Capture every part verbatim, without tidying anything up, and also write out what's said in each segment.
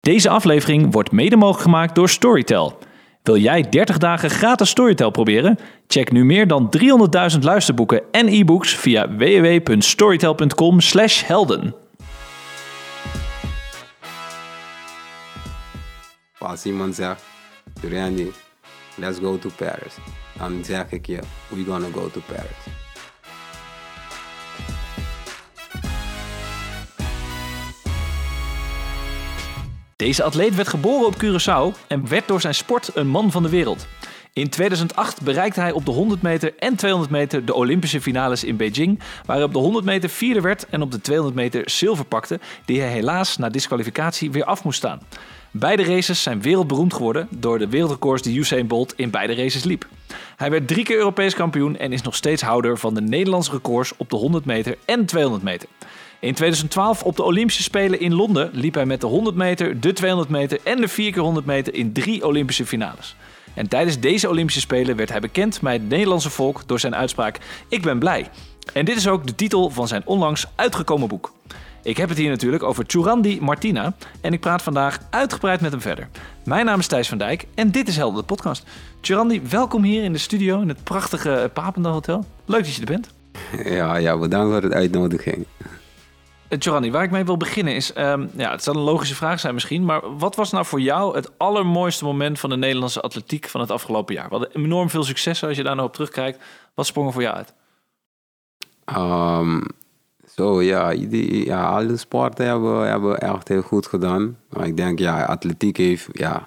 Deze aflevering wordt mede mogelijk gemaakt door Storytel. Wil jij dertig dagen gratis Storytel proberen? Check nu meer dan driehonderdduizend luisterboeken en e-books via w w w punt storytel punt com slash helden. Als iemand zegt, Randy, let's go to Paris. Dan zeg ik je, we're gonna go to Paris. Deze atleet werd geboren op Curaçao en werd door zijn sport een man van de wereld. In tweeduizend acht bereikte hij op de honderd meter en tweehonderd meter de Olympische finales in Beijing, waar hij op de honderd meter vierde werd en op de tweehonderd meter zilver pakte, die hij helaas na disqualificatie weer af moest staan. Beide races zijn wereldberoemd geworden door de wereldrecords die Usain Bolt in beide races liep. Hij werd drie keer Europees kampioen en is nog steeds houder van de Nederlandse records op de honderd meter en tweehonderd meter. In tweeduizend twaalf op de Olympische Spelen in Londen liep hij met de honderd meter, de tweehonderd meter en de vier keer honderd meter in drie Olympische finales. En tijdens deze Olympische Spelen werd hij bekend bij het Nederlandse volk door zijn uitspraak "Ik ben blij". En dit is ook de titel van zijn onlangs uitgekomen boek. Ik heb het hier natuurlijk over Tjurandi Martina en ik praat vandaag uitgebreid met hem verder. Mijn naam is Thijs van Dijk en dit is Helden de podcast. Tjurandi, welkom hier in de studio in het prachtige Papendal Hotel. Leuk dat je er bent. Ja, ja, bedankt voor de uitnodiging. Tjurandi, waar ik mee wil beginnen is, um, ja, het zal een logische vraag zijn misschien, maar wat was nou voor jou het allermooiste moment van de Nederlandse atletiek van het afgelopen jaar? We hadden enorm veel successen als je daar nou op terugkijkt. Wat sprong er voor jou uit? Um, zo, ja, die, ja, alle sporten hebben, hebben echt heel goed gedaan. Maar ik denk, ja, atletiek heeft ja,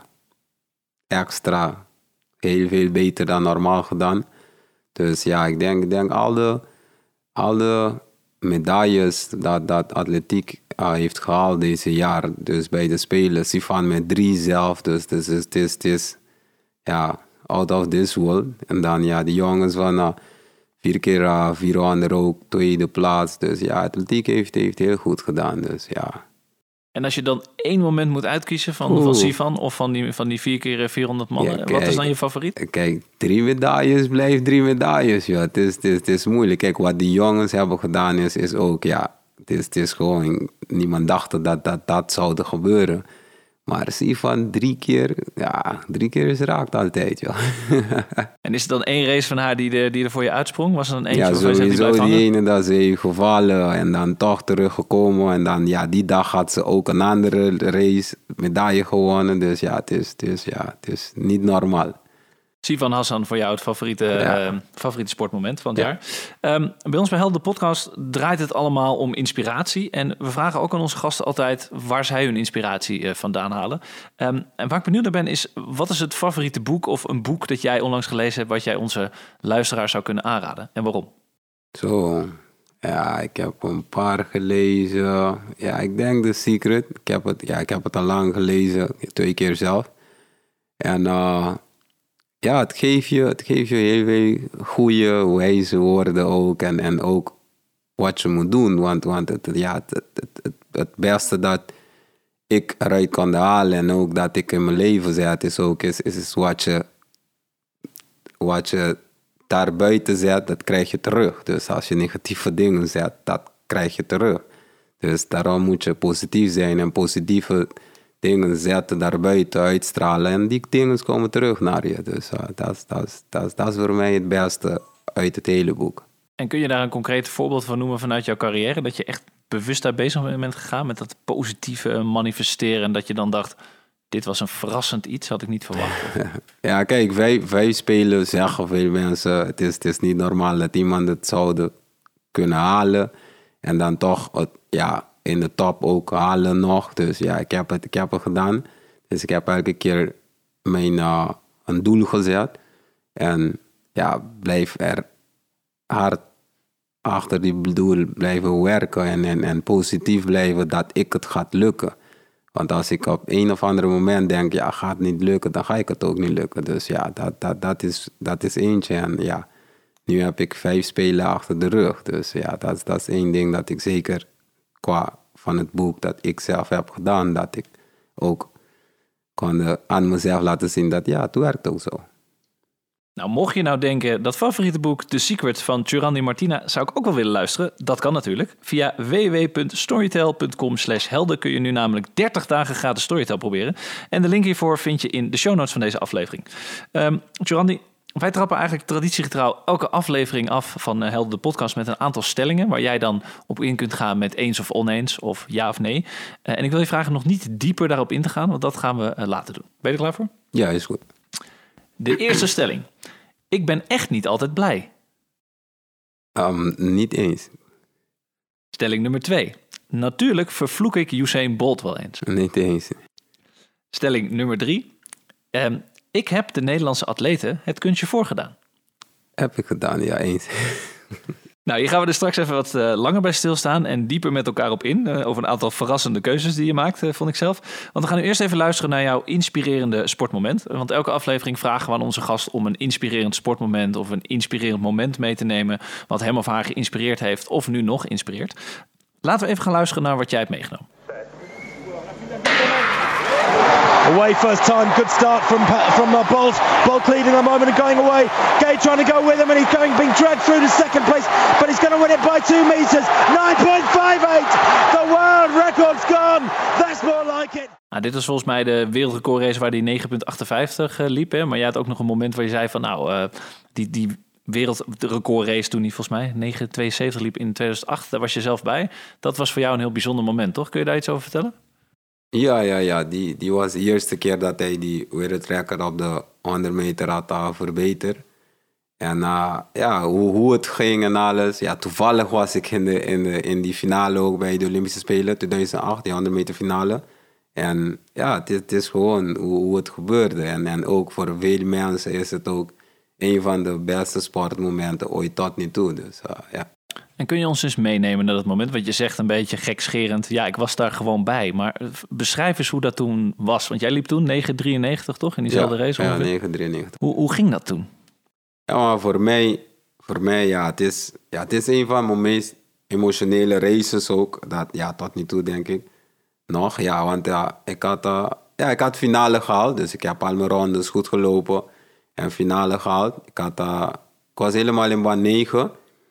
extra heel veel beter dan normaal gedaan. Dus ja, ik denk, ik denk alle, alle medailles dat, dat atletiek uh, heeft gehaald deze jaar. Dus bij de Spelen, Sifan met drie zelf. Dus het is, het is, het is ja, out of this world. En dan ja, de jongens van uh, vier keer uh, vierhonderd ook, tweede plaats. Dus ja, atletiek heeft, heeft heel goed gedaan. Dus ja. En als je dan één moment moet uitkiezen van, van Sifan of van die, van die vier keer vierhonderd mannen, ja, kijk, wat is dan je favoriet? Kijk, drie medailles blijft drie medailles. Ja. Het, is, het, is, het is moeilijk. Kijk, wat die jongens hebben gedaan is, is ook, ja, het is, het is gewoon, niemand dacht dat dat, dat zou gebeuren. Maar Sifan drie keer, ja, drie keer is raakt altijd, ja. En is er dan één race van haar die, de, die er voor je uitsprong? Was er dan eentje ja, waarvan je zegt die sowieso blijft die hangen? ene dat ze heeft gevallen en dan toch teruggekomen. En dan, ja, die dag had ze ook een andere race, medaille gewonnen. Dus ja, het is, het is, ja, het is niet normaal. Sifan Hassan, voor jou het favoriete, ja. uh, favoriete sportmoment van het ja. jaar. Um, bij ons bij Helden de podcast draait het allemaal om inspiratie. En we vragen ook aan onze gasten altijd waar zij hun inspiratie uh, vandaan halen. Um, en waar ik benieuwd naar ben is, wat is het favoriete boek of een boek dat jij onlangs gelezen hebt, wat jij onze luisteraars zou kunnen aanraden? En waarom? Zo, ja, ik heb een paar gelezen. Ja, ik denk The Secret. Ik heb het, ja, ik heb het al lang gelezen, twee keer zelf. En uh, ja, het geeft je, het geeft je heel veel goede, wijze woorden ook. En, en ook wat je moet doen. Want, want het, ja, het, het, het, het beste dat ik eruit kan halen en ook dat ik in mijn leven zet, is ook is, is, is wat je, wat je daar buiten zet, dat krijg je terug. Dus als je negatieve dingen zet, dat krijg je terug. Dus daarom moet je positief zijn en positieve dingen zetten daarbuiten, uitstralen. En die dingen komen terug naar je. Dus uh, dat is dat, dat, dat is voor mij het beste uit het hele boek. En kun je daar een concreet voorbeeld van noemen vanuit jouw carrière? Dat je echt bewust daar bezig bent gegaan met dat positieve manifesteren. En dat je dan dacht, dit was een verrassend iets, had ik niet verwacht. Ja, kijk, wij, wij spelen, zeggen veel mensen, het is, het is niet normaal dat iemand het zou kunnen halen. En dan toch, ja, in de top ook halen nog. Dus ja, ik heb het, ik heb het gedaan. Dus ik heb elke keer mijn uh, een doel gezet. En ja, blijf er hard achter die doel blijven werken. En, en, en positief blijven dat ik het gaat lukken. Want als ik op een of ander moment denk, ja, gaat niet lukken, dan ga ik het ook niet lukken. Dus ja, dat, dat, dat, is, dat is eentje. En ja, nu heb ik vijf spelen achter de rug. Dus ja, dat, dat is één ding dat ik zeker qua van het boek dat ik zelf heb gedaan, dat ik ook kon aan mezelf laten zien dat ja, het werkt ook zo. Nou, mocht je nou denken, dat favoriete boek The Secret van Tjurandi Martina zou ik ook wel willen luisteren. Dat kan natuurlijk. Via w w w punt storytel punt com slash helden kun je nu namelijk dertig dagen gratis Storytel proberen. En de link hiervoor vind je in de show notes van deze aflevering. Um, Tjurandi, wij trappen eigenlijk traditiegetrouw elke aflevering af van uh, Helden de podcast met een aantal stellingen waar jij dan op in kunt gaan met eens of oneens of ja of nee. Uh, en ik wil je vragen nog niet dieper daarop in te gaan, want dat gaan we uh, later doen. Ben je er klaar voor? Ja, is goed. De eerste stelling. Ik ben echt niet altijd blij. Um, niet eens. Stelling nummer twee. Natuurlijk vervloek ik Usain Bolt wel eens. Niet eens. Stelling nummer drie. Um, ik heb de Nederlandse atleten het kunstje voorgedaan. Heb ik gedaan, ja, eens. Nou, hier gaan we er straks even wat uh, langer bij stilstaan en dieper met elkaar op in. Uh, over een aantal verrassende keuzes die je maakt, uh, vond ik zelf. Want we gaan nu eerst even luisteren naar jouw inspirerende sportmoment. Want elke aflevering vragen we aan onze gast om een inspirerend sportmoment of een inspirerend moment mee te nemen wat hem of haar geïnspireerd heeft of nu nog inspireert. Laten we even gaan luisteren naar wat jij hebt meegenomen. Away first time, good start from from uh, Bolt. Bolt leading at the moment and going away. Gay trying to go with him and he's going, being dragged through to second place, but he's going to win it by two meters. nine point five eight. The world record's gone. That's more like it. Nou, dit was volgens mij de wereldrecordrace waar die negen komma achtenvijftig uh, liep. Hè? Maar jij had ook nog een moment waar je zei van nou, uh, die, die wereldrecordrace toen die volgens mij negen komma tweeënzeventig liep in tweeduizend acht. Daar was je zelf bij. Dat was voor jou een heel bijzonder moment, toch? Kun je daar iets over vertellen? Ja, ja, ja. Die, die was de eerste keer dat hij die wereldrecord op de honderd meter had uh, verbeterd. En uh, ja, hoe, hoe het ging en alles. Ja, toevallig was ik in, de, in, de, in die finale ook bij de Olympische Spelen tweeduizend acht, die honderd meter finale. En ja, het is, het is gewoon hoe, hoe het gebeurde. En, en ook voor veel mensen is het ook een van de beste sportmomenten ooit tot nu toe. Dus uh, ja. En kun je ons eens meenemen naar dat moment? Want je zegt een beetje gekscherend, ja, ik was daar gewoon bij. Maar beschrijf eens hoe dat toen was. Want jij liep toen negen komma drieënnegentig, toch? In diezelfde ja, race ja, ongeveer? negen komma drieënnegentig. Hoe, hoe ging dat toen? Ja, maar voor mij, voor mij ja, het is, ja, het is een van mijn meest emotionele races ook. Dat, ja, tot nu toe denk ik nog. Ja, want ja, ik had, uh, ja, ik had finale gehaald. Dus ik heb al mijn rondes goed gelopen. En finale gehaald. Ik, had, uh, ik was helemaal in baan negen.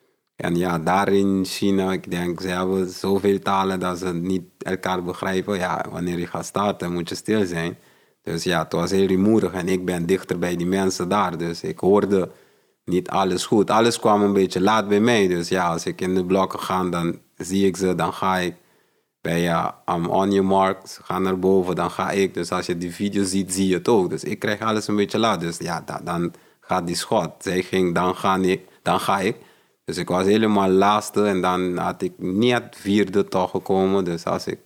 En ja, daar in China, ik denk, ze hebben zoveel talen dat ze niet elkaar begrijpen. Ja, wanneer je gaat starten, moet je stil zijn. Dus ja, het was heel rumoerig en ik ben dichter bij die mensen daar. Dus ik hoorde niet alles goed. Alles kwam een beetje laat bij mij. Dus ja, als ik in de blokken ga, dan zie ik ze. Dan ga ik bij ja, I'm on your mark. Ze gaan naar boven, dan ga ik. Dus als je die video ziet, zie je het ook. Dus ik krijg alles een beetje laat. Dus ja, dan, dan gaat die schot. Zij ging, dan ga ik. Dan ga ik. Dus ik was helemaal laatste en dan had ik niet vierde toch gekomen. Dus als ik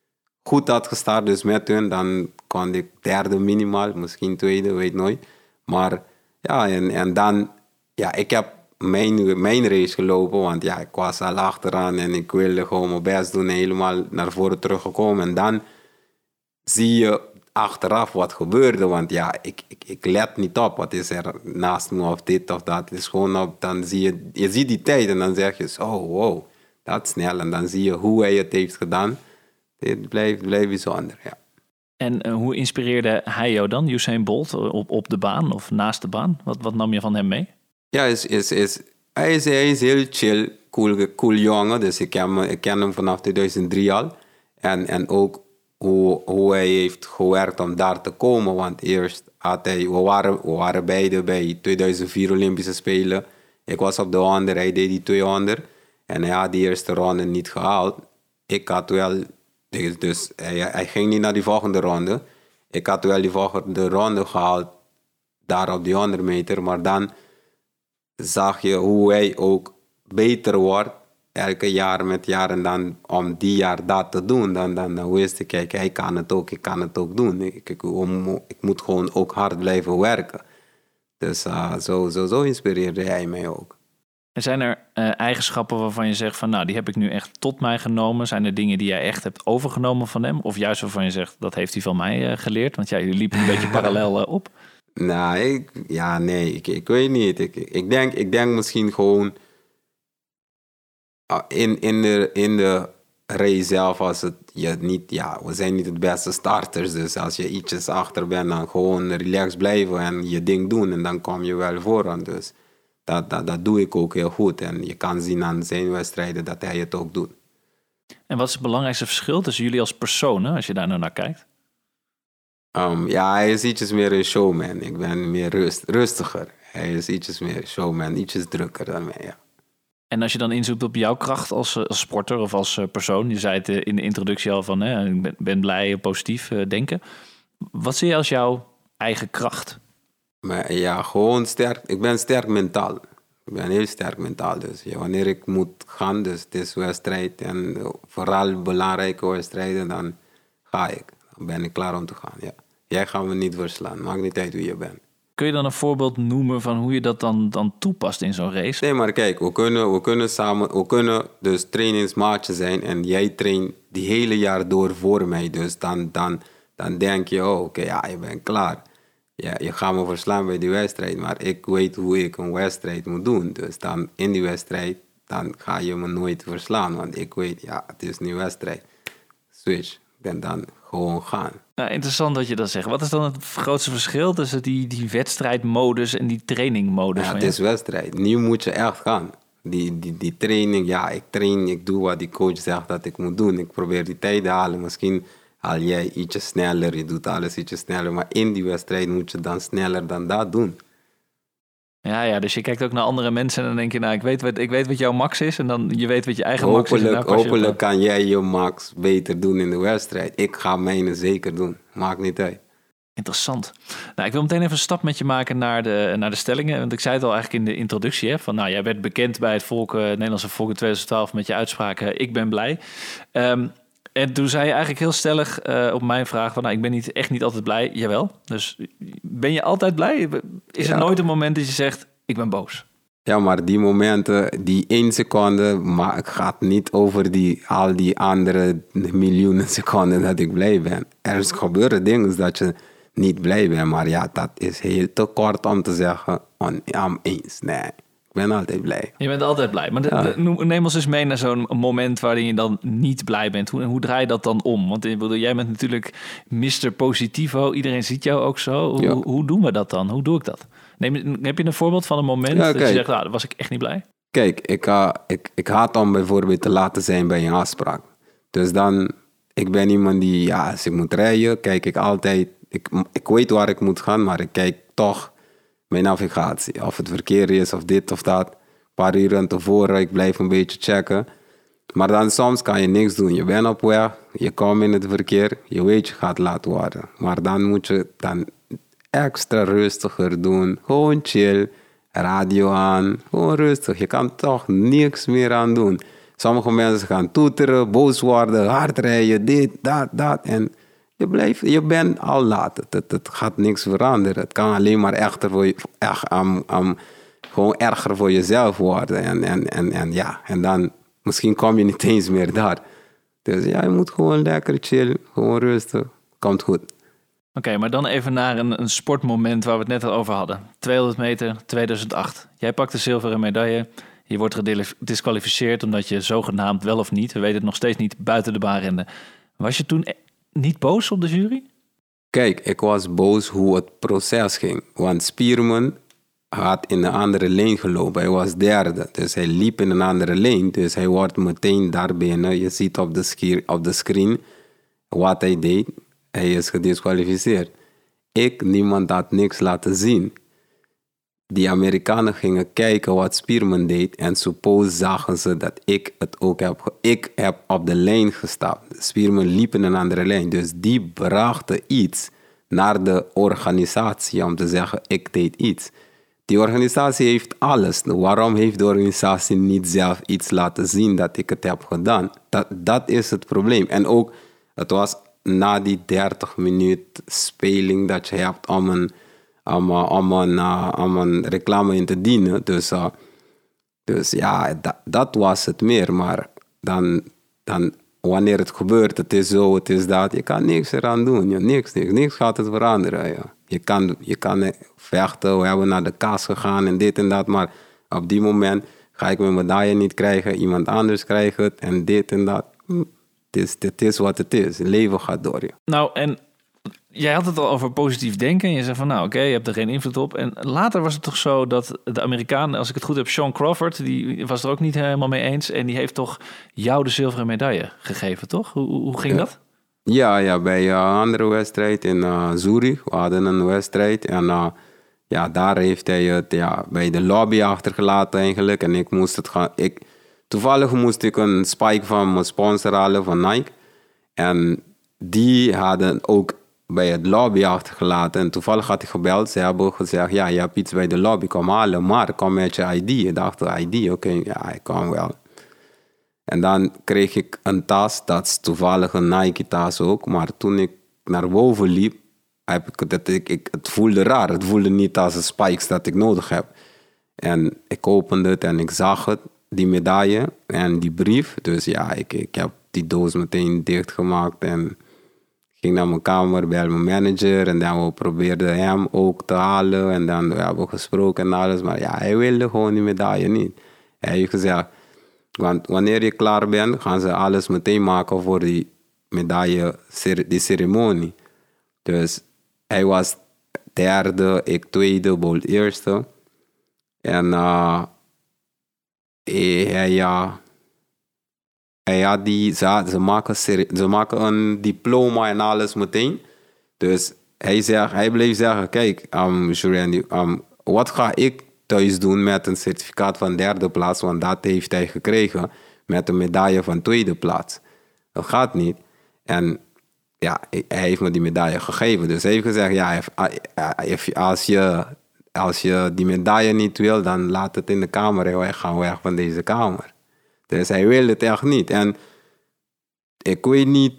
goed had gestart dus met hun, dan kon ik derde minimaal, misschien tweede, weet nooit. Maar ja, en, en dan, ja, ik heb mijn, mijn race gelopen, want ja, ik was al achteraan en ik wilde gewoon mijn best doen en helemaal naar voren teruggekomen. En dan zie je achteraf wat gebeurde, want ja, ik, ik, ik let niet op wat is er naast me of dit of dat. Het is gewoon op, dan zie je, je ziet die tijd en dan zeg je, oh wow, dat is snel. En dan zie je hoe hij het heeft gedaan. Dit blijft, blijft bijzonder, ja. En uh, hoe inspireerde hij jou dan, Usain Bolt, op, op de baan of naast de baan? Wat, wat nam je van hem mee? Ja, is, is, is, hij, is, hij is heel chill, cool, cool jongen. Dus ik ken, ik ken hem vanaf tweeduizend drie al. En, en ook Hoe, hoe hij heeft gewerkt om daar te komen. Want eerst had hij... We waren, we waren beide bij tweeduizend vier Olympische Spelen. Ik was op de honderd, hij deed die tweehonderd. En hij had die eerste ronde niet gehaald. Ik had wel... Dus hij, hij ging niet naar die volgende ronde. Ik had wel die volgende ronde gehaald. Daar op die honderd meter. Maar dan zag je hoe hij ook beter wordt. Elke jaar met jaar en dan om die jaar dat te doen, dan, dan, dan wist ik, kijk, hij kan het ook, ik kan het ook doen. Ik, ik, ik moet gewoon ook hard blijven werken. Dus uh, zo, zo, zo inspireerde hij mij ook. En zijn er uh, eigenschappen waarvan je zegt van, nou, die heb ik nu echt tot mij genomen? Zijn er dingen die jij echt hebt overgenomen van hem? Of juist waarvan je zegt, dat heeft hij van mij uh, geleerd? Want ja, jullie liepen een beetje parallel uh, op. Nou, ik, ja, nee, ik, ik weet niet. Ik, ik, denk, ik denk misschien gewoon... In, in, de, in de race zelf was het je niet, ja, we zijn niet het beste starters. Dus als je ietsjes achter bent, dan gewoon relaxed blijven en je ding doen. En dan kom je wel vooraan. Dus dat, dat, dat doe ik ook heel goed. En je kan zien aan zijn wedstrijden dat hij het ook doet. En wat is het belangrijkste verschil tussen jullie als personen, als je daar nou naar kijkt? Um, ja, hij is ietsjes meer een showman. Ik ben meer rust, rustiger. Hij is ietsjes meer showman, ietsjes drukker dan mij, ja. En als je dan inzoekt op jouw kracht als, als sporter of als persoon, je zei het in de introductie al van, hè, ik ben, ben blij, positief uh, denken. Wat zie je als jouw eigen kracht? Maar ja, gewoon sterk. Ik ben sterk mentaal. Ik ben heel sterk mentaal. Dus ja, wanneer ik moet gaan, dus het is wedstrijd en vooral belangrijke wedstrijden, dan ga ik. Dan ben ik klaar om te gaan, ja. Jij gaat me niet verslaan, maakt niet uit wie je bent. Kun je dan een voorbeeld noemen van hoe je dat dan, dan toepast in zo'n race? Nee, maar kijk, we kunnen, we kunnen samen, we kunnen dus trainingsmaatjes zijn en jij traint die hele jaar door voor mij. Dus dan, dan, dan denk je, oh, oké, okay, ja, je bent klaar. Ja, je gaat me verslaan bij die wedstrijd, maar ik weet hoe ik een wedstrijd moet doen. Dus dan in die wedstrijd, dan ga je me nooit verslaan, want ik weet, ja, het is nu wedstrijd. Switch, en dan gewoon gaan. Nou, interessant dat je dat zegt. Wat is dan het grootste verschil tussen die, die wedstrijdmodus en die trainingmodus? Ja, het is wedstrijd. Nu moet je echt gaan. Die, die, die training, ja, ik train, ik doe wat die coach zegt dat ik moet doen. Ik probeer die tijd te halen. Misschien haal jij ietsje sneller, je doet alles ietsje sneller. Maar in die wedstrijd moet je dan sneller dan dat doen. Ja, ja, dus je kijkt ook naar andere mensen en dan denk je, nou, ik weet wat, ik weet wat jouw max is. En dan je weet wat je eigen hopelijk, max is. En hopelijk je kan jij je max beter doen in de wedstrijd. Ik ga mijne zeker doen. Maakt niet uit. Interessant. Nou, ik wil meteen even een stap met je maken naar de, naar de stellingen. Want ik zei het al eigenlijk in de introductie. Hè, van, nou, jij werd bekend bij het volk, uh, Nederlandse volk in twintig twaalf met je uitspraak, uh, ik ben blij. Um, en toen zei je eigenlijk heel stellig uh, op mijn vraag van, nou, ik ben niet, echt niet altijd blij. Jawel. Dus ben je altijd blij? Is ja. er nooit een moment dat je zegt, ik ben boos? Ja, maar die momenten, die één seconde, maar het gaat niet over die, al die andere miljoenen seconden dat ik blij ben. Er gebeuren dingen dat je niet blij bent, maar ja, dat is heel te kort om te zeggen, I'm eens. Nee, ik ben altijd blij. Je bent altijd blij, maar de, ja. de, neem ons eens mee naar zo'n moment waarin je dan niet blij bent. Hoe, hoe draai je dat dan om? Want jij bent natuurlijk mister Positivo, iedereen ziet jou ook zo. Hoe, ja. hoe doen we dat dan? Hoe doe ik dat? Neem, heb je een voorbeeld van een moment ja, dat je zegt, nou, daar was ik echt niet blij? Kijk, ik, uh, ik, ik haat om bijvoorbeeld te laten zijn bij een afspraak. Dus dan, ik ben iemand die, ja, als ik moet rijden, kijk ik altijd, ik, ik weet waar ik moet gaan, maar ik kijk toch mijn navigatie. Of het verkeer is, of dit of dat. Een paar uren tevoren, ik blijf een beetje checken. Maar dan soms kan je niks doen. Je bent op weg, je komt in het verkeer, je weet je gaat laat worden. Maar dan moet je dan extra rustiger doen. Gewoon chill, radio aan, gewoon rustig. Je kan toch niks meer aan doen. Sommige mensen gaan toeteren, boos worden, hard rijden, dit, dat, dat. En je, blijft, je bent al laat. Het, het, het gaat niks veranderen. Het kan alleen maar echter voor je, echt, um, um, gewoon erger voor jezelf worden. En, en, en, en, ja. en dan misschien kom je niet eens meer daar. Dus ja, je moet gewoon lekker chillen, gewoon rustig. Komt goed. Oké, okay, maar dan even naar een, een sportmoment waar we het net al over hadden. tweehonderd meter, tweeduizend acht. Jij pakt de zilveren medaille. Je wordt gedisqualificeerd omdat je zogenaamd wel of niet, we weten het nog steeds niet, buiten de baan rende. Was je toen niet boos op de jury? Kijk, ik was boos hoe het proces ging. Want Spearman had in een andere lane gelopen. Hij was derde, dus hij liep in een andere lane. Dus hij wordt meteen daar binnen. Je ziet op de, ski- op de screen wat hij deed. Hij is gedisqualificeerd. Ik, niemand had niks laten zien. Die Amerikanen gingen kijken wat Spearman deed en suppose zagen ze dat ik het ook heb. Ge- ik heb op de lijn gestapt. Spearman liep in een andere lijn. Dus die brachten iets naar de organisatie om te zeggen, ik deed iets. Die organisatie heeft alles. Waarom heeft de organisatie niet zelf iets laten zien dat ik het heb gedaan? Dat, dat is het probleem. En ook, het was na die dertig minuten speling dat je hebt om een, om, om een, uh, om een reclame in te dienen. Dus, uh, dus ja, dat, dat was het meer. Maar dan, dan, wanneer het gebeurt, het is zo, het is dat, je kan niks eraan doen. Ja, niks, niks, niks gaat het veranderen. Ja. Je kan, je kan vechten, we hebben naar de kas gegaan en dit en dat. Maar op die moment ga ik mijn medaille niet krijgen. Iemand anders krijgt het en dit en dat. het is, het is wat het is. Het leven gaat door je. Nou, en jij had het al over positief denken. En je zei van, nou oké, okay, je hebt er geen invloed op. En later was het toch zo dat de Amerikaan, als ik het goed heb, Sean Crawford, die was er ook niet helemaal mee eens. En die heeft toch jou de zilveren medaille gegeven, toch? Hoe, hoe ging ja. dat? Ja, ja, bij een andere wedstrijd in uh, Zurich. We hadden een wedstrijd. En uh, ja, daar heeft hij het ja, bij de lobby achtergelaten eigenlijk. En ik moest het gaan... Ik, toevallig moest ik een spike van mijn sponsor halen, van Nike. En die hadden ook bij het lobby achtergelaten. En toevallig had ik gebeld. Ze hebben gezegd, ja, je hebt iets bij de lobby, kom halen. Maar kom met je I D. Ik dacht, I D, oké, okay, ja, ik kan wel. En dan kreeg ik een tas, dat is toevallig een Nike-tas ook. Maar toen ik naar boven liep, heb ik dat ik, ik, het voelde raar. Het voelde niet als een spikes dat ik nodig heb. En ik opende het en ik zag het, die medaille en die brief. Dus ja, ik, ik heb die doos meteen dichtgemaakt en ging naar mijn kamer bij mijn manager. En dan we probeerden hem ook te halen. En dan we hebben gesproken en alles. Maar ja, hij wilde gewoon die medaille niet. Hij heeft gezegd, want wanneer je klaar bent, gaan ze alles meteen maken voor die medaille, die ceremonie. Dus hij was derde, ik tweede, Bolt eerste. En uh, hij, ja, hij had die, ze, ze, maken, ze maken een diploma en alles meteen. Dus hij, zegt, hij bleef zeggen, kijk, um, Julian, um, wat ga ik thuis doen met een certificaat van derde plaats, want dat heeft hij gekregen met een medaille van tweede plaats. Dat gaat niet. En ja, hij heeft me die medaille gegeven. Dus hij heeft gezegd, ja, als je, als je die medaille niet wil, dan laat het in de kamer en wij gaan weg van deze kamer. Dus hij wil het echt niet. En ik weet niet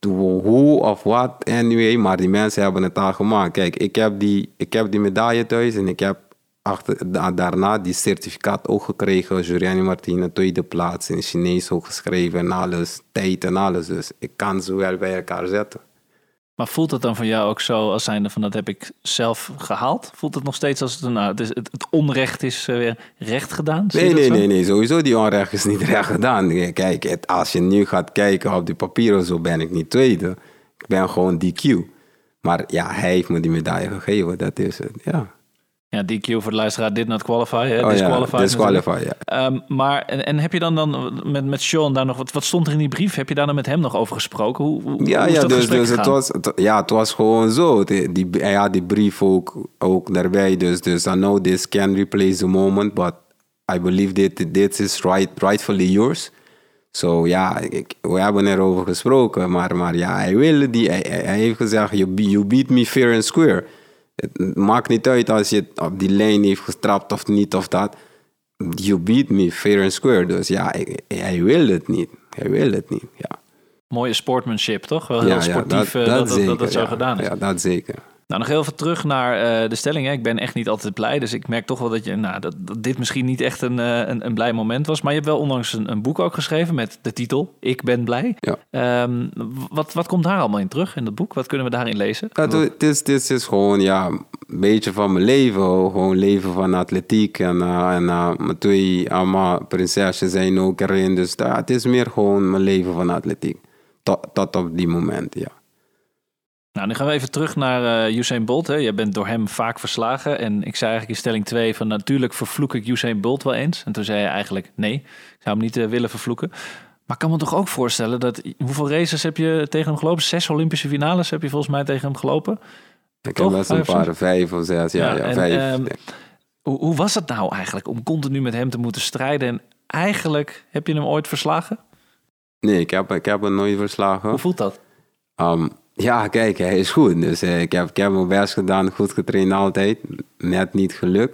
hoe of wat, anyway, maar die mensen hebben het al gemaakt. Kijk, ik heb die, ik heb die medaille thuis en ik heb achter, daarna die certificaat ook gekregen. Julian Martina, tweede plaats, in Chinees ook geschreven en alles, tijd en alles. Dus ik kan ze wel bij elkaar zetten. Maar voelt het dan voor jou ook zo als zijnde van dat heb ik zelf gehaald? Voelt het nog steeds als het, nou, het, is, het, het onrecht is uh, weer recht gedaan? Nee, nee, nee, nee, sowieso die onrecht is niet recht gedaan. Kijk, het, als je nu gaat kijken op die papieren, zo ben ik niet tweede. Ik ben gewoon D Q. Maar ja, hij heeft me die medaille gegeven, dat is het, ja. Ja, D Q voor de luisteraar, did not qualify. Hè? Oh disqualify, ja, disqualify, ja. Um, maar, en, en heb je dan, dan met, met Sean daar nog, wat, wat stond er in die brief? Heb je daar dan met hem nog over gesproken? Hoe, hoe, ja, hoe is ja, dat dus, gesprek dus het was, het, ja, het was gewoon zo. Die, die, hij had die brief ook, ook daarbij. Dus, dus I know this can replace the moment, but I believe that this is right, rightfully yours. Zo so, ja, ik, we hebben erover gesproken, maar, maar ja, hij wilde die, hij, hij heeft gezegd, you, you beat me fair and square. Het maakt niet uit als je op die lijn heeft gestrapt of niet of dat. You beat me fair and square. Dus ja, hij, hij wil het niet. Hij wil het niet, ja. Mooie sportsmanship, toch? Wel heel ja, sportief ja, dat, dat, dat, dat, zeker, dat dat zo ja, gedaan is. Ja, dat zeker. Nou, nog even terug naar uh, de stelling. Hè. Ik ben echt niet altijd blij, dus ik merk toch wel dat, je, nou, dat, dat dit misschien niet echt een, uh, een, een blij moment was. Maar je hebt wel onlangs een, een boek ook geschreven met de titel Ik ben blij. Ja. Um, wat, wat komt daar allemaal in terug in dat boek? Wat kunnen we daarin lezen? Ja, het, is, het is gewoon ja, een beetje van mijn leven. Gewoon leven van atletiek. En, uh, en uh, mijn twee allemaal prinsesjes zijn ook erin. Dus uh, het is meer gewoon mijn leven van atletiek. Tot, tot op die moment, ja. Nou, nu gaan we even terug naar uh, Usain Bolt. Hè. Je bent door hem vaak verslagen. En ik zei eigenlijk in stelling twee van natuurlijk vervloek ik Usain Bolt wel eens. En toen zei je eigenlijk nee, ik zou hem niet uh, willen vervloeken. Maar ik kan me toch ook voorstellen dat... Hoeveel races heb je tegen hem gelopen? Zes Olympische finales heb je volgens mij tegen hem gelopen. Ik toch? heb best een paar, vijf of zes. Ja, ja, ja en, vijf. Um, hoe, hoe was het nou eigenlijk om continu met hem te moeten strijden? En eigenlijk, heb je hem ooit verslagen? Nee, ik heb, ik heb hem nooit verslagen. Hoe voelt dat? Um, Ja, kijk, hij is goed. Dus uh, ik, heb, ik heb mijn best gedaan, goed getraind altijd. Net niet gelukt.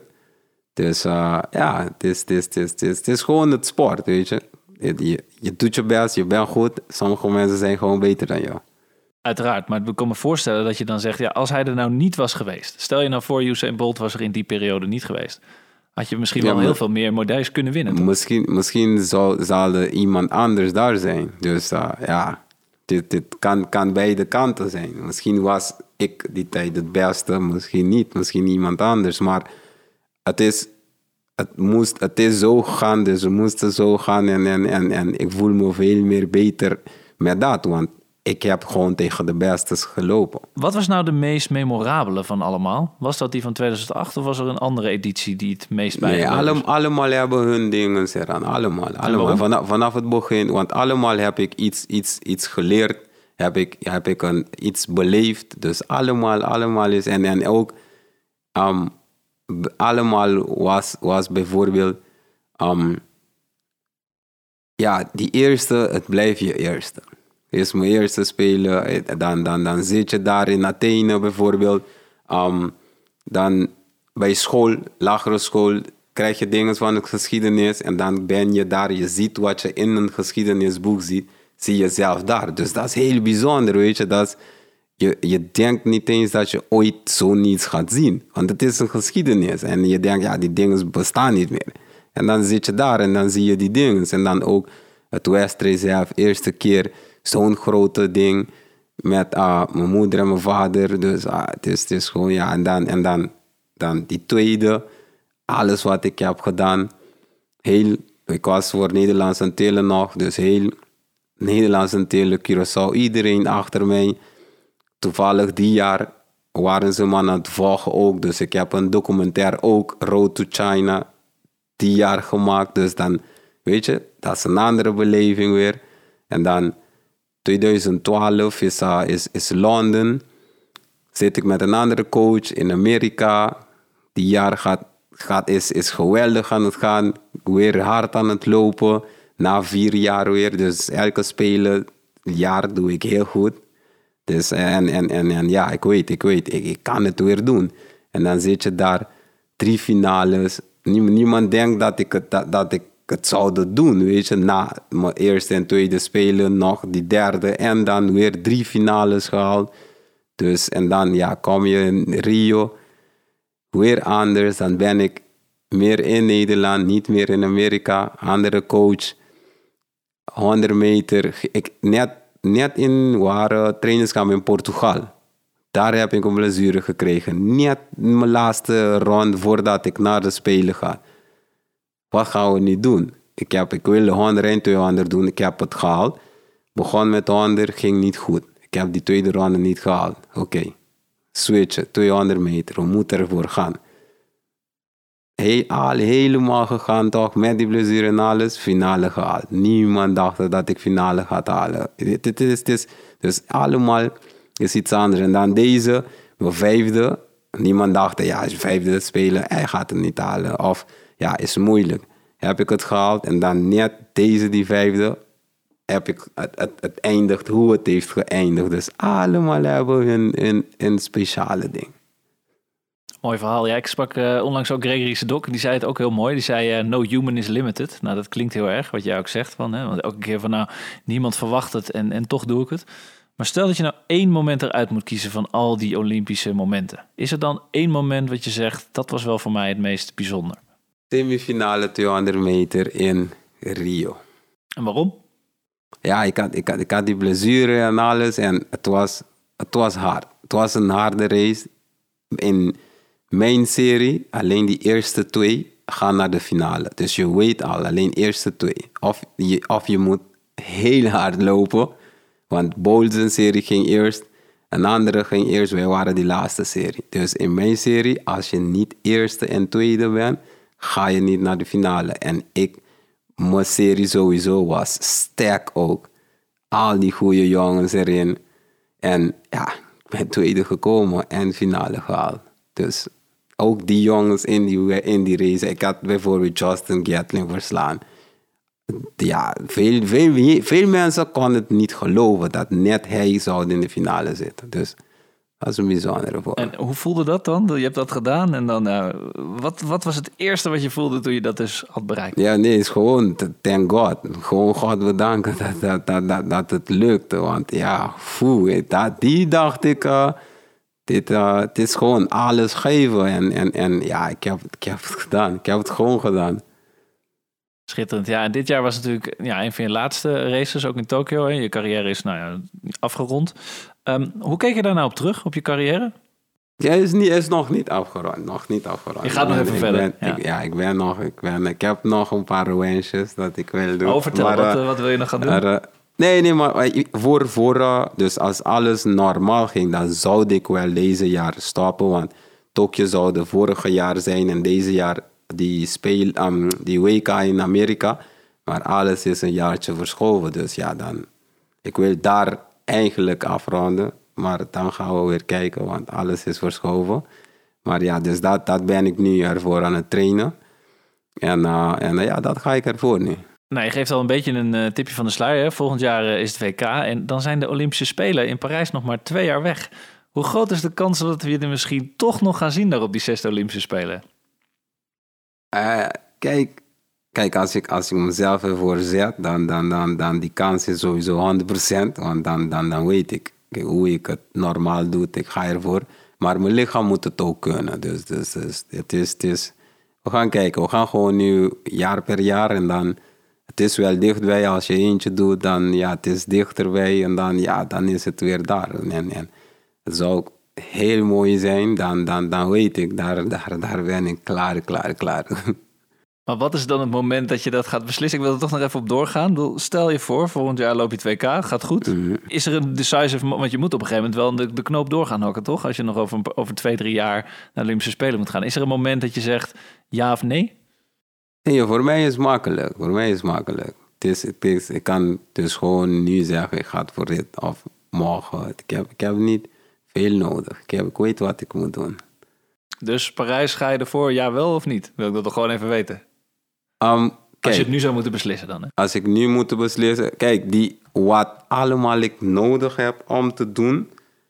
Dus uh, ja, het is, het, is, het, is, het, is, het is gewoon het sport, weet je. Je, je. Je doet je best, je bent goed. Sommige mensen zijn gewoon beter dan jou. Uiteraard, maar ik kan me voorstellen dat je dan zegt... ja, als hij er nou niet was geweest... stel je nou voor, Usain Bolt was er in die periode niet geweest... had je misschien ja, wel maar, heel veel meer medailles kunnen winnen. Toch? Misschien, misschien zou, zal er iemand anders daar zijn. Dus uh, ja... Dit, dit kan, kan beide kanten zijn. Misschien was ik die tijd het beste, misschien niet, misschien iemand anders. Maar het is, het moest, het is zo gegaan, dus we moesten zo gaan. En, en, en, en ik voel me veel meer beter met dat. Want ik heb gewoon tegen de bestes gelopen. Wat was nou de meest memorabele van allemaal? Was dat die van tweeduizend acht of was er een andere editie die het meest bij Nee, alle, allemaal hebben hun dingen eraan. Allemaal. allemaal. Vanaf, vanaf het begin. Want allemaal heb ik iets, iets, iets geleerd. Heb ik, heb ik een, iets beleefd. Dus allemaal, allemaal is... En, en ook... Um, allemaal was, was bijvoorbeeld... Um, ja, die eerste, het blijft je eerste. Is mijn eerste spelen. Dan, dan, dan zit je daar in Athene bijvoorbeeld. Um, dan bij school, lagere school, krijg je dingen van de geschiedenis. En dan ben je daar, je ziet wat je in een geschiedenisboek ziet. Zie je zelf daar. Dus dat is heel bijzonder, weet je. Dat is, je, je denkt niet eens dat je ooit zoiets gaat zien. Want het is een geschiedenis. En je denkt, ja, die dingen bestaan niet meer. En dan zit je daar en dan zie je die dingen. En dan ook het West Reserve, eerste keer zo'n grote ding met uh, mijn moeder en mijn vader. Dus uh, het, is, het is gewoon, ja. En dan, en dan, dan die tweede, alles wat ik heb gedaan. Heel, ik was voor Nederlands Antillen nog, dus heel Nederlands Antillen, Curaçao, iedereen achter mij. Toevallig die jaar waren ze me aan het volgen ook. Dus ik heb een documentaire ook, Road to China, die jaar gemaakt. Dus dan, weet je, dat is een andere beleving weer. En dan tweeduizend twaalf is, uh, is, is Londen. Zit ik met een andere coach in Amerika. Die jaar gaat, gaat, is, is geweldig aan het gaan. Weer hard aan het lopen. Na vier jaar weer. Dus elke spelen jaar doe ik heel goed. Dus, en, en, en, en ja, ik weet, ik weet, ik, ik kan het weer doen. En dan zit je daar, drie finales. Niemand denkt dat ik het, dat, dat ik het zou doen, weet je. Na mijn eerste en tweede spelen nog die derde. En dan weer drie finales gehaald. Dus, en dan ja, kom je in Rio. Weer anders. Dan ben ik meer in Nederland, niet meer in Amerika. Andere coach. honderd meter. Ik, net, net in waren trainingskamp in Portugal. Daar heb ik een blessure gekregen. Net mijn laatste ronde voordat ik naar de Spelen ga. Wat gaan we niet doen? Ik, heb, ik wilde honderd en tweehonderd doen. Ik heb het gehaald. Begon met honderd, ging niet goed. Ik heb die tweede ronde niet gehaald. Oké, okay. Switchen, tweehonderd meter. We moeten ervoor gaan. He, al helemaal gegaan toch, met die blessure en alles. Finale gehaald. Niemand dacht dat ik finale ga halen. Dit, dit, dit, dit, dus allemaal is iets anders. En dan deze, mijn vijfde. Niemand dacht, ja, als je vijfde spelen, hij gaat het niet halen. Of, ja, is moeilijk. Heb ik het gehaald en dan net deze, die vijfde, heb ik het, het, het eindigt hoe het heeft geëindigd. Dus allemaal hebben hun een, een speciale ding. Mooi verhaal. Ja, ik sprak uh, onlangs ook Gregory Sedok. Die zei het ook heel mooi. Die zei, uh, no human is limited. Nou, dat klinkt heel erg, wat jij ook zegt. Van, hè? Want elke keer van, nou, niemand verwacht het en, en toch doe ik het. Maar stel dat je nou één moment eruit moet kiezen van al die Olympische momenten. Is er dan één moment wat je zegt, dat was wel voor mij het meest bijzonder? Semifinale tweehonderd meter in Rio. En waarom? Ja, ik had, ik had, ik had die blessure en alles en het was, het was hard. Het was een harde race. In mijn serie, alleen die eerste twee gaan naar de finale. Dus je weet al, alleen de eerste twee. Of je, of je moet heel hard lopen. Want Bowles' serie ging eerst. Een andere ging eerst. Wij waren die laatste serie. Dus in mijn serie, als je niet eerste en tweede bent, ga je niet naar de finale. En ik, mijn serie sowieso was sterk ook. Al die goede jongens erin. En ja, ik ben tweede gekomen en finale gehaald. Dus ook die jongens in die, in die race. Ik had bijvoorbeeld Justin Gatlin verslaan. Ja, veel, veel, veel mensen konden het niet geloven dat net hij zou in de finale zitten. Dus dat is een bijzondere voor. En hoe voelde dat dan? Je hebt dat gedaan en dan, uh, wat, wat was het eerste wat je voelde toen je dat dus had bereikt? Ja, nee, het is gewoon, thank God. Gewoon God bedanken dat, dat, dat, dat, dat het lukte. Want ja, foe, dat, die dacht ik, uh, dit, uh, het is gewoon alles geven. En, en, en ja, ik heb, ik heb het gedaan. Ik heb het gewoon gedaan. Schitterend. Ja, en dit jaar was natuurlijk ja, een van je laatste races, ook in Tokio. Hè? Je carrière is nou ja, afgerond. Um, hoe keek je daar nou op terug, op je carrière? Ja, is, niet, is nog niet afgerond. Nog niet afgerond. Je gaat nog even ik verder. Ben, ja. Ik, ja, ik ben nog... Ik, ben, ik heb nog een paar revanches dat ik wil doen. Oh, vertel. Maar, wat, uh, wat wil je nog gaan doen? Er, Nee, nee, maar voor, voor uh, dus als alles normaal ging, dan zou ik wel deze jaar stoppen. Want Tokio zou de vorige jaar zijn en deze jaar die, speel, um, die W K in Amerika. Maar alles is een jaartje verschoven. Dus ja, dan, ik wil daar eigenlijk afronden. Maar dan gaan we weer kijken, want alles is verschoven. Maar ja, dus dat, dat ben ik nu ervoor aan het trainen. En, uh, en uh, ja, dat ga ik ervoor nu. Nou, je geeft al een beetje een uh, tipje van de sluier. Hè? Volgend jaar uh, is het W K en dan zijn de Olympische Spelen in Parijs nog maar twee jaar weg. Hoe groot is de kans dat we je er misschien toch nog gaan zien daar op die zesde Olympische Spelen? Uh, kijk, kijk als, ik, als ik mezelf ervoor zet, dan, dan, dan, dan die kans is sowieso honderd procent. Want dan, dan, dan weet ik kijk, hoe ik het normaal doe. Ik ga ervoor. Maar mijn lichaam moet het ook kunnen. Dus, dus, dus het is, het is, we gaan kijken. We gaan gewoon nu jaar per jaar en dan... Het is wel dichtbij. Als je eentje doet, dan ja, het is dichterbij. En dan, ja, dan is het weer daar. En, en het zou heel mooi zijn. Dan, dan, dan weet ik, daar, daar, daar ben ik klaar, klaar, klaar. Maar wat is dan het moment dat je dat gaat beslissen? Ik wil er toch nog even op doorgaan. Stel je voor, volgend jaar loop je het W K, gaat goed. Mm-hmm. Is er een decisive moment? Want je moet op een gegeven moment wel de, de knoop door gaan hakken, toch? Als je nog over, over twee, drie jaar naar de Olympische Spelen moet gaan. Is er een moment dat je zegt ja of nee? Nee, voor mij is het makkelijk. Voor mij is het makkelijk. Het is, het is, ik kan dus gewoon nu zeggen, ik ga voor dit of morgen. Ik heb, ik heb niet veel nodig. Ik, heb, ik weet wat ik moet doen. Dus Parijs, ga je ervoor, ja wel of niet? Wil ik dat toch gewoon even weten? Um, kijk, als je het nu zou moeten beslissen dan. Hè? Als ik nu moet beslissen. Kijk, die, wat allemaal ik nodig heb om te doen.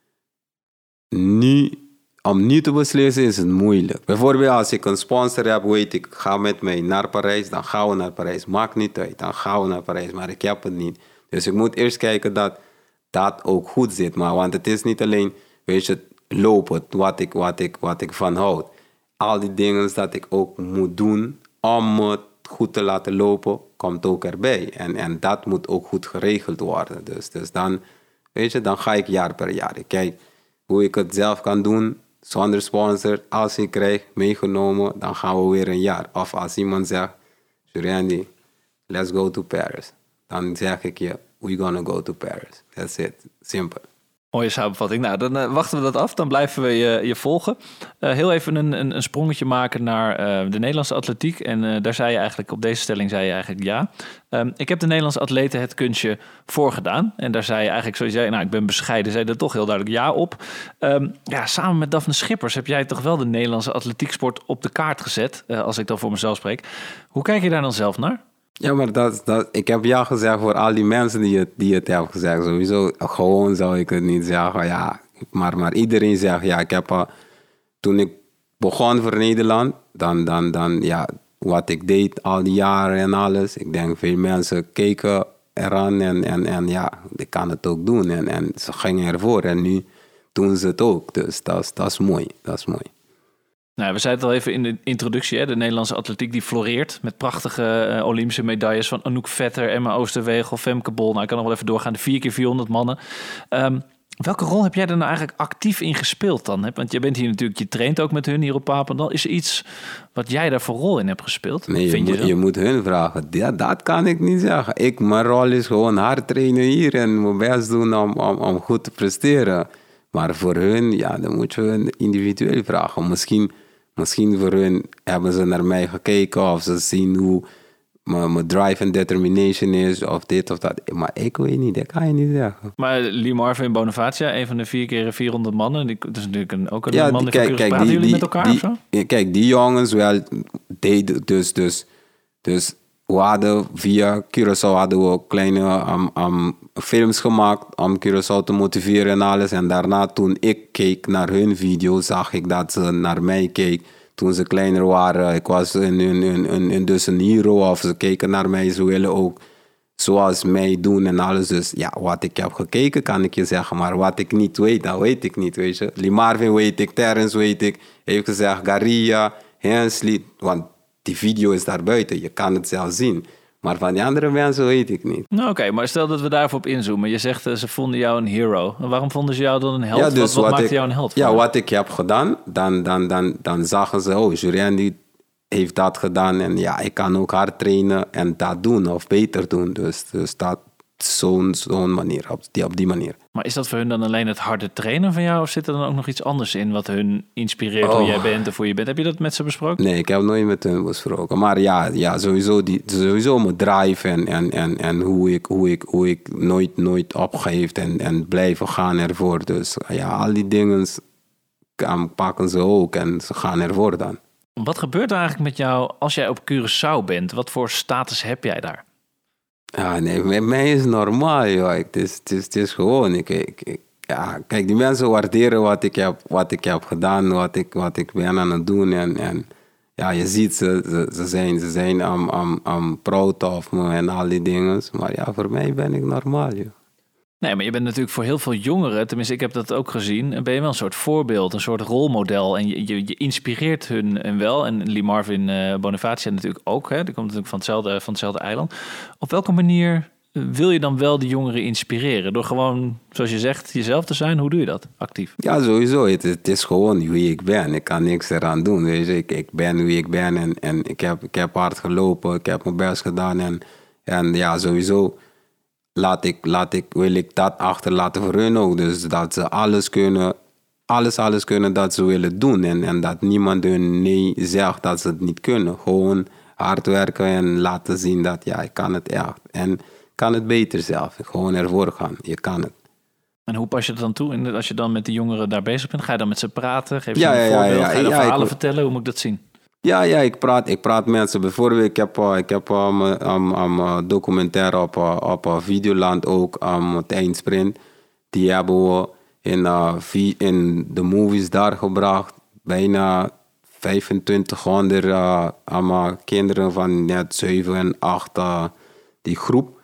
Nu, om nu te beslissen is het moeilijk. Bijvoorbeeld als ik een sponsor heb, weet ik, ga met mij naar Parijs. Dan gaan we naar Parijs. Maakt niet uit, dan gaan we naar Parijs. Maar ik heb het niet. Dus ik moet eerst kijken dat dat ook goed zit. Maar, want het is niet alleen, weet je, lopen, wat ik, wat ik, wat ik van houd. Al die dingen dat ik ook moet doen om het goed te laten lopen, komt ook erbij. En, en dat moet ook goed geregeld worden. Dus, dus dan, weet je, dan ga ik jaar per jaar. Ik kijk hoe ik het zelf kan doen, zonder sponsor. Als ik krijg, meegenomen, dan gaan we weer een jaar. Of als iemand zegt, Jurandi, let's go to Paris. Dan zeg ik je, we're gonna go to Paris. That's it. Simpel. Mooie samenvatting. Nou, dan uh, wachten we dat af. Dan blijven we je, je volgen. Uh, heel even een, een, een sprongetje maken naar uh, de Nederlandse atletiek. En uh, daar zei je eigenlijk, op deze stelling zei je eigenlijk ja. Um, ik heb de Nederlandse atleten het kunstje voorgedaan. En daar zei je eigenlijk, zoals jij, nou, ik ben bescheiden, zei er toch heel duidelijk ja op. Um, ja, samen met Daphne Schippers heb jij toch wel de Nederlandse atletieksport op de kaart gezet. Uh, als ik dan voor mezelf spreek. Hoe kijk je daar dan zelf naar? Ja, maar dat, dat, ik heb ja gezegd voor al die mensen die het, die het hebben gezegd. Sowieso, gewoon zou ik het niet zeggen. Ja, maar, maar iedereen zegt, ja, ik heb uh, toen ik begon voor Nederland, dan, dan, dan, ja, wat ik deed al die jaren en alles. Ik denk, veel mensen keken eraan en, en, en ja, ik kan het ook doen. En, en ze gingen ervoor en nu doen ze het ook. Dus dat, dat is mooi, dat is mooi. Nou, we zeiden het al even in de introductie. Hè? De Nederlandse atletiek die floreert met prachtige uh, Olympische medailles van Anouk Vetter, Emma Oosterwegel, Femke Bol. Nou, ik kan nog wel even doorgaan. De vier keer vierhonderd mannen. Um, welke rol heb jij er nou eigenlijk actief in gespeeld dan? Want je bent hier natuurlijk, je traint ook met hun hier op Papendal. Is er iets wat jij daar voor rol in hebt gespeeld? Nee, Vind je, je, moet, je moet hun vragen. Ja, dat kan ik niet zeggen. Ik, mijn rol is gewoon hard trainen hier en mijn best doen om, om, om goed te presteren. Maar voor hun, ja, dan moet je hun individueel vragen. Misschien... Misschien voor hun hebben ze naar mij gekeken of ze zien hoe mijn drive en determination is of dit of dat. Maar ik weet niet, dat kan je niet zeggen. Maar Lee Marvin Bonavacia, een van de vier keer vierhonderd mannen, die, dat is natuurlijk een, ook een ja, man die kijk, kijk, praten die, jullie die, met elkaar die, of zo? Kijk, die jongens wel deden dus, dus, dus we hadden via Curaçao hadden we ook kleine um, um, films gemaakt om Curaçao te motiveren en alles. En daarna toen ik keek naar hun video, zag ik dat ze naar mij keek. Toen ze kleiner waren, ik was een, een, een, een, dus een hero of ze keken naar mij. Ze willen ook zoals mij doen en alles. Dus ja, wat ik heb gekeken kan ik je zeggen. Maar wat ik niet weet, dat weet ik niet, weet je. Lee Marvin weet ik, Terrence weet ik. Heeft gezegd, Garia, Hensley. Want die video is daar buiten, je kan het zelf zien. Maar van die andere mensen weet ik niet. Nou, Oké, okay, maar stel dat we daarvoor op inzoomen. Je zegt, uh, ze vonden jou een hero. En waarom vonden ze jou dan een held? Ja, dus wat wat, wat maakte ik, jou een held? Ja, van? wat ik heb gedaan, dan, dan, dan, dan zagen ze... Oh, Jurandi heeft dat gedaan. En ja, ik kan ook hard trainen en dat doen of beter doen. Dus, dus dat zo'n, zo'n manier, op die, op die manier. Maar is dat voor hun dan alleen het harde trainen van jou? Of zit er dan ook nog iets anders in wat hun inspireert oh. hoe jij bent of hoe je bent? Heb je dat met ze besproken? Nee, ik heb nooit met hun besproken. Maar ja, ja sowieso, die, sowieso mijn drive en, en, en, en hoe, ik, hoe, ik, hoe ik nooit, nooit opgeef en, en blijven gaan ervoor. Dus ja, al die dingen pakken ze ook en ze gaan ervoor dan. Wat gebeurt er eigenlijk met jou als jij op Curaçao bent? Wat voor status heb jij daar? Ja, nee, met mij is het normaal, joh. Het is, het is, het is gewoon, ik, ik, ik, ja, kijk, die mensen waarderen wat ik heb, wat ik heb gedaan, wat ik, wat ik ben aan het doen. En, en ja, je ziet, ze, ze, ze zijn, ze zijn um, um, um, proud of me en al die dingen. Maar ja, voor mij ben ik normaal, joh. Nee, maar je bent natuurlijk voor heel veel jongeren, tenminste ik heb dat ook gezien, ben je wel een soort voorbeeld, een soort rolmodel. En je, je, je inspireert hun en wel. En Lee Marvin uh, Bonifacia natuurlijk ook, hè? Die komt natuurlijk van hetzelfde, van hetzelfde eiland. Op welke manier wil je dan wel die jongeren inspireren? Door gewoon, zoals je zegt, jezelf te zijn? Hoe doe je dat actief? Ja, sowieso. Het, het is gewoon wie ik ben. Ik kan niks eraan doen. Weet je? Ik, ik ben wie ik ben en, en ik, heb, ik heb hard gelopen. Ik heb mijn best gedaan. En, en ja, sowieso laat ik, laat ik, wil ik dat achterlaten voor hun ook. Dus dat ze alles kunnen, alles, alles kunnen dat ze willen doen. En, en dat niemand hun nee zegt dat ze het niet kunnen. Gewoon hard werken en laten zien dat ja, ik kan het echt. En kan het beter zelf. Gewoon ervoor gaan. Je kan het. En hoe pas je het dan toe? En als je dan met de jongeren daar bezig bent, ga je dan met ze praten? Geef je ja, een ja, voorbeeld? Ja, ja, ga je dan ja, verhalen ik, vertellen? Hoe moet ik dat zien? Ja, ja ik, praat, ik praat met ze. Bijvoorbeeld, ik heb, uh, ik heb um, um, um, uh, documentaire op, uh, op uh, Videoland ook, um, het eindsprint. Die hebben we in, uh, v- in de movies daar gebracht. Bijna vijfentwintighonderd uh, um, kinderen van net zeven en acht, uh, die groep.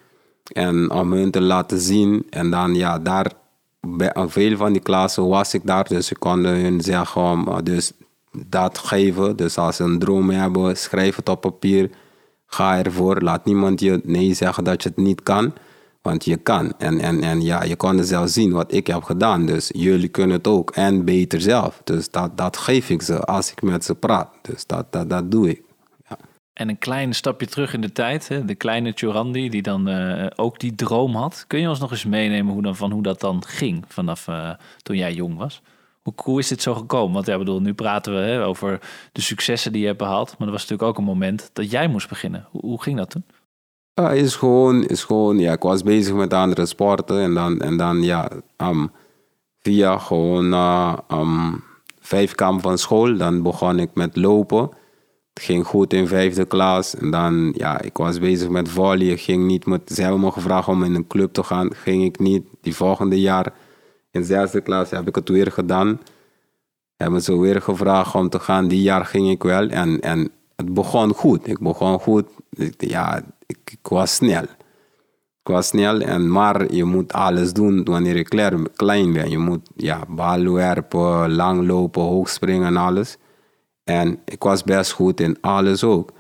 En om hun te laten zien. En dan, ja, daar, bij veel van die klassen was ik daar. Dus ik kon hun zeggen om, uh, dus dat geven. Dus als ze een droom hebben, schrijf het op papier. Ga ervoor. Laat niemand je nee zeggen dat je het niet kan. Want je kan. En, en, en ja, je kon zelf zien wat ik heb gedaan. Dus jullie kunnen het ook. En beter zelf. Dus dat, dat geef ik ze als ik met ze praat. Dus dat, dat, dat doe ik. Ja. En een klein stapje terug in de tijd. Hè? De kleine Tjorandi die dan uh, ook die droom had. Kun je ons nog eens meenemen hoe dan, van hoe dat dan ging vanaf uh, toen jij jong was? Hoe, hoe is dit zo gekomen? Want ja, bedoel, nu praten we hè, over de successen die je hebt behaald. Maar er was natuurlijk ook een moment dat jij moest beginnen. Hoe, hoe ging dat toen? Ja, is gewoon, is gewoon, ja, ik was bezig met andere sporten. En dan, en dan ja, um, via gewoon uh, um, vijfkamp van school. Dan begon ik met lopen. Het ging goed in vijfde klas. En dan, ja, ik was bezig met volley. Ik ging niet met, ze hebben me gevraagd om in een club te gaan. Ging ik niet. Die volgende jaar, in zesde klas, heb ik het weer gedaan. Hebben ze weer gevraagd om te gaan. Die jaar ging ik wel. En, en het begon goed. Ik begon goed. Ja, ik, ik was snel. Ik was snel. En, maar je moet alles doen wanneer je klein, klein bent. Je moet ja, bal werpen, lang lopen, hoog springen en alles. En ik was best goed in alles ook.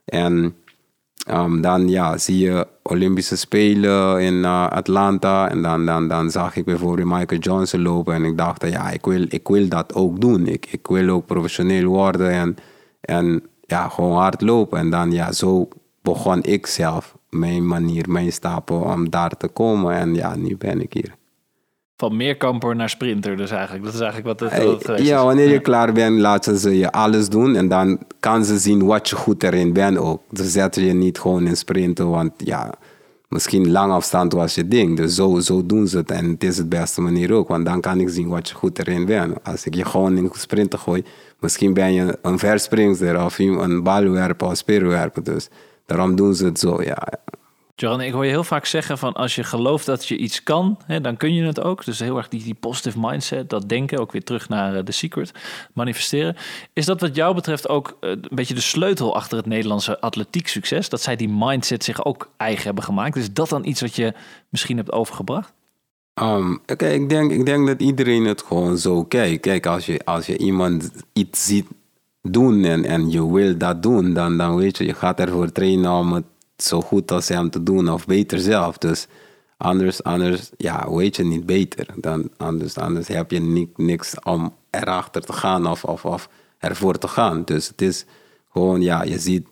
En um, dan ja, zie je Olympische Spelen in uh, Atlanta. En dan, dan, dan zag ik bijvoorbeeld Michael Johnson lopen. En ik dacht, ja, ik wil, ik wil dat ook doen. Ik, ik wil ook professioneel worden. En, en ja, gewoon hard lopen. En dan ja, zo begon ik zelf mijn manier, mijn stappen om daar te komen. En ja, nu ben ik hier. Van meerkamper naar sprinter dus eigenlijk. Dat is eigenlijk wat het, wat het geweest is. Ja, wanneer je ja. klaar bent, laten ze je alles doen. En dan kan ze zien wat je goed erin bent ook. Ze zetten je niet gewoon in sprinten, want ja, misschien lang afstand was je ding. Dus zo, zo doen ze het. En het is de beste manier ook, want dan kan ik zien wat je goed erin bent. Als ik je gewoon in sprinten gooi, misschien ben je een verspringster of een balwerper of speerwerper. Dus daarom doen ze het zo, ja. Joran, ik hoor je heel vaak zeggen van als je gelooft dat je iets kan, hè, dan kun je het ook. Dus heel erg die, die positive mindset, dat denken, ook weer terug naar uh, The Secret, manifesteren. Is dat wat jou betreft ook uh, een beetje de sleutel achter het Nederlandse atletiek succes? Dat zij die mindset zich ook eigen hebben gemaakt. Is dat dan iets wat je misschien hebt overgebracht? Um, okay, ik, denk, ik denk dat iedereen het gewoon zo kijkt. Kijk, als je, als je iemand iets ziet doen en, en je wil dat doen, dan, dan weet je, je gaat ervoor trainen om het zo goed als hem te doen of beter zelf. Dus anders, anders ja, weet je niet beter. Dan, anders, anders heb je ni- niks om erachter te gaan of, of, of ervoor te gaan. Dus het is gewoon, ja, je ziet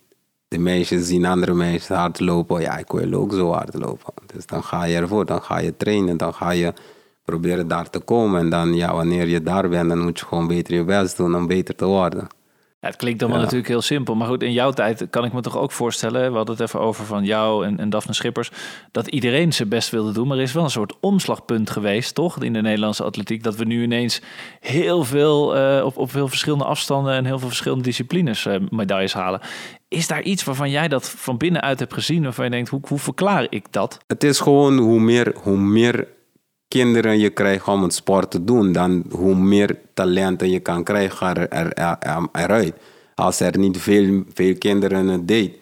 de meisjes zien andere meisjes hard lopen. Ja, ik wil ook zo hard lopen. Dus dan ga je ervoor, dan ga je trainen, dan ga je proberen daar te komen. En dan, ja, wanneer je daar bent, dan moet je gewoon beter je best doen om beter te worden. Ja, het klinkt dan wel ja. natuurlijk heel simpel. Maar goed, in jouw tijd kan ik me toch ook voorstellen... we hadden het even over van jou en, en Daphne Schippers... dat iedereen zijn best wilde doen. Maar er is wel een soort omslagpunt geweest, toch? In de Nederlandse atletiek. Dat we nu ineens heel veel uh, op, op veel verschillende afstanden... en heel veel verschillende disciplines uh, medailles halen. Is daar iets waarvan jij dat van binnenuit hebt gezien... waarvan je denkt, hoe, hoe verklaar ik dat? Het is gewoon hoe meer... Hoe meer kinderen je krijgt om het sport te doen, dan hoe meer talenten je kan krijgen er, er, er, eruit. Als er niet veel, veel kinderen het deed,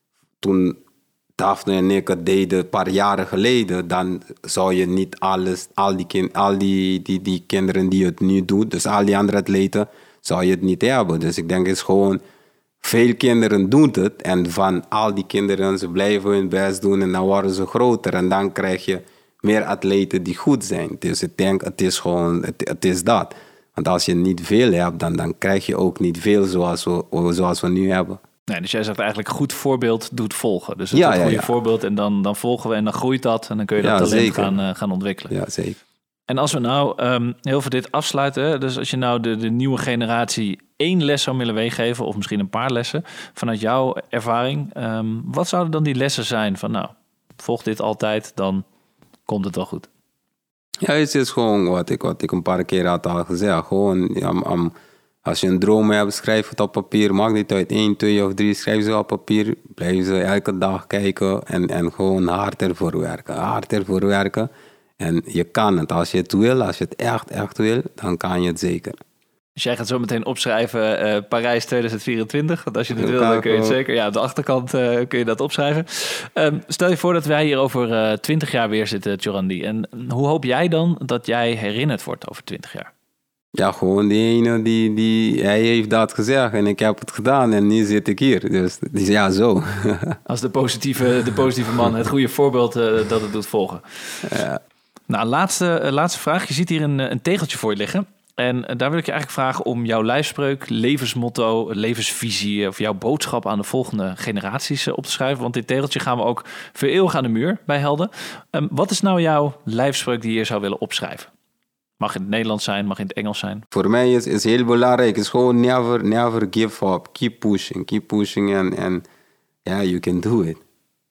toen Daphne en ik het deden een paar jaren geleden, dan zou je niet alles, al die, kind, al die, die, die kinderen die het nu doen, dus al die andere atleten, zou je het niet hebben. Dus ik denk het is gewoon, veel kinderen doen het en van al die kinderen, ze blijven hun best doen en dan worden ze groter en dan krijg je meer atleten die goed zijn. Dus ik denk, het is gewoon, het, het is dat. Want als je niet veel hebt, dan, dan krijg je ook niet veel zoals we, zoals we nu hebben. Nee, dus jij zegt eigenlijk goed voorbeeld doet volgen. Dus het ja, is een goede ja, ja. voorbeeld en dan, dan volgen we en dan groeit dat. En dan kun je dat ja, talent zeker. gaan, uh, gaan ontwikkelen. Ja, zeker. En als we nou um, heel veel dit afsluiten, dus als je nou de, de nieuwe generatie één les zou willen meegeven, of misschien een paar lessen, vanuit jouw ervaring, um, wat zouden dan die lessen zijn van nou, volg dit altijd, dan komt het wel goed? Ja, het is gewoon wat ik, wat ik een paar keer had al gezegd. Gewoon, ja, um, als je een droom hebt, schrijf het op papier. Maak niet uit één, twee of drie, schrijf ze op papier. Blijf ze elke dag kijken en, en gewoon hard ervoor werken. Hard ervoor werken. En je kan het. Als je het wil, als je het echt, echt wil, dan kan je het zeker. Dus jij gaat zo meteen opschrijven uh, Parijs tweeduizend vierentwintig. Want als je het wil, dan kun je het zeker. Ja, op de achterkant uh, kun je dat opschrijven. Um, stel je voor dat wij hier over uh, twintig jaar weer zitten, Jorandi. En hoe hoop jij dan dat jij herinnerd wordt over twintig jaar? Ja, gewoon die ene die, die... Hij heeft dat gezegd en ik heb het gedaan en nu zit ik hier. Dus, dus ja, zo. Als de positieve, de positieve man, het goede voorbeeld uh, dat het doet volgen. Ja. Nou, laatste, uh, laatste vraag. Je ziet hier een, een tegeltje voor je liggen. En daar wil ik je eigenlijk vragen om jouw lijfspreuk, levensmotto, levensvisie of jouw boodschap aan de volgende generaties op te schrijven. Want dit tegeltje gaan we ook vereeuwigen aan de muur bij Helden. Um, wat is nou jouw lijfspreuk die je zou willen opschrijven? Mag in het Nederlands zijn, mag in het Engels zijn. Voor mij is het heel belangrijk. Het is gewoon never, never give up. Keep pushing, keep pushing and, and yeah, you can do it.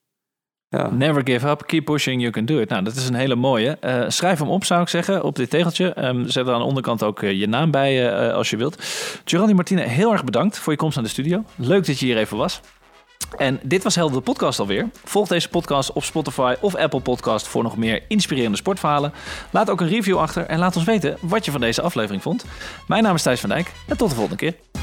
Ja. Never give up, keep pushing, you can do it. Nou, dat is een hele mooie. Uh, schrijf hem op, zou ik zeggen, op dit tegeltje. Um, zet er aan de onderkant ook uh, je naam bij, uh, als je wilt. Jorandi Martine, heel erg bedankt voor je komst naar de studio. Leuk dat je hier even was. En dit was Helden de podcast alweer. Volg deze podcast op Spotify of Apple Podcast voor nog meer inspirerende sportverhalen. Laat ook een review achter en laat ons weten wat je van deze aflevering vond. Mijn naam is Thijs van Dijk en tot de volgende keer.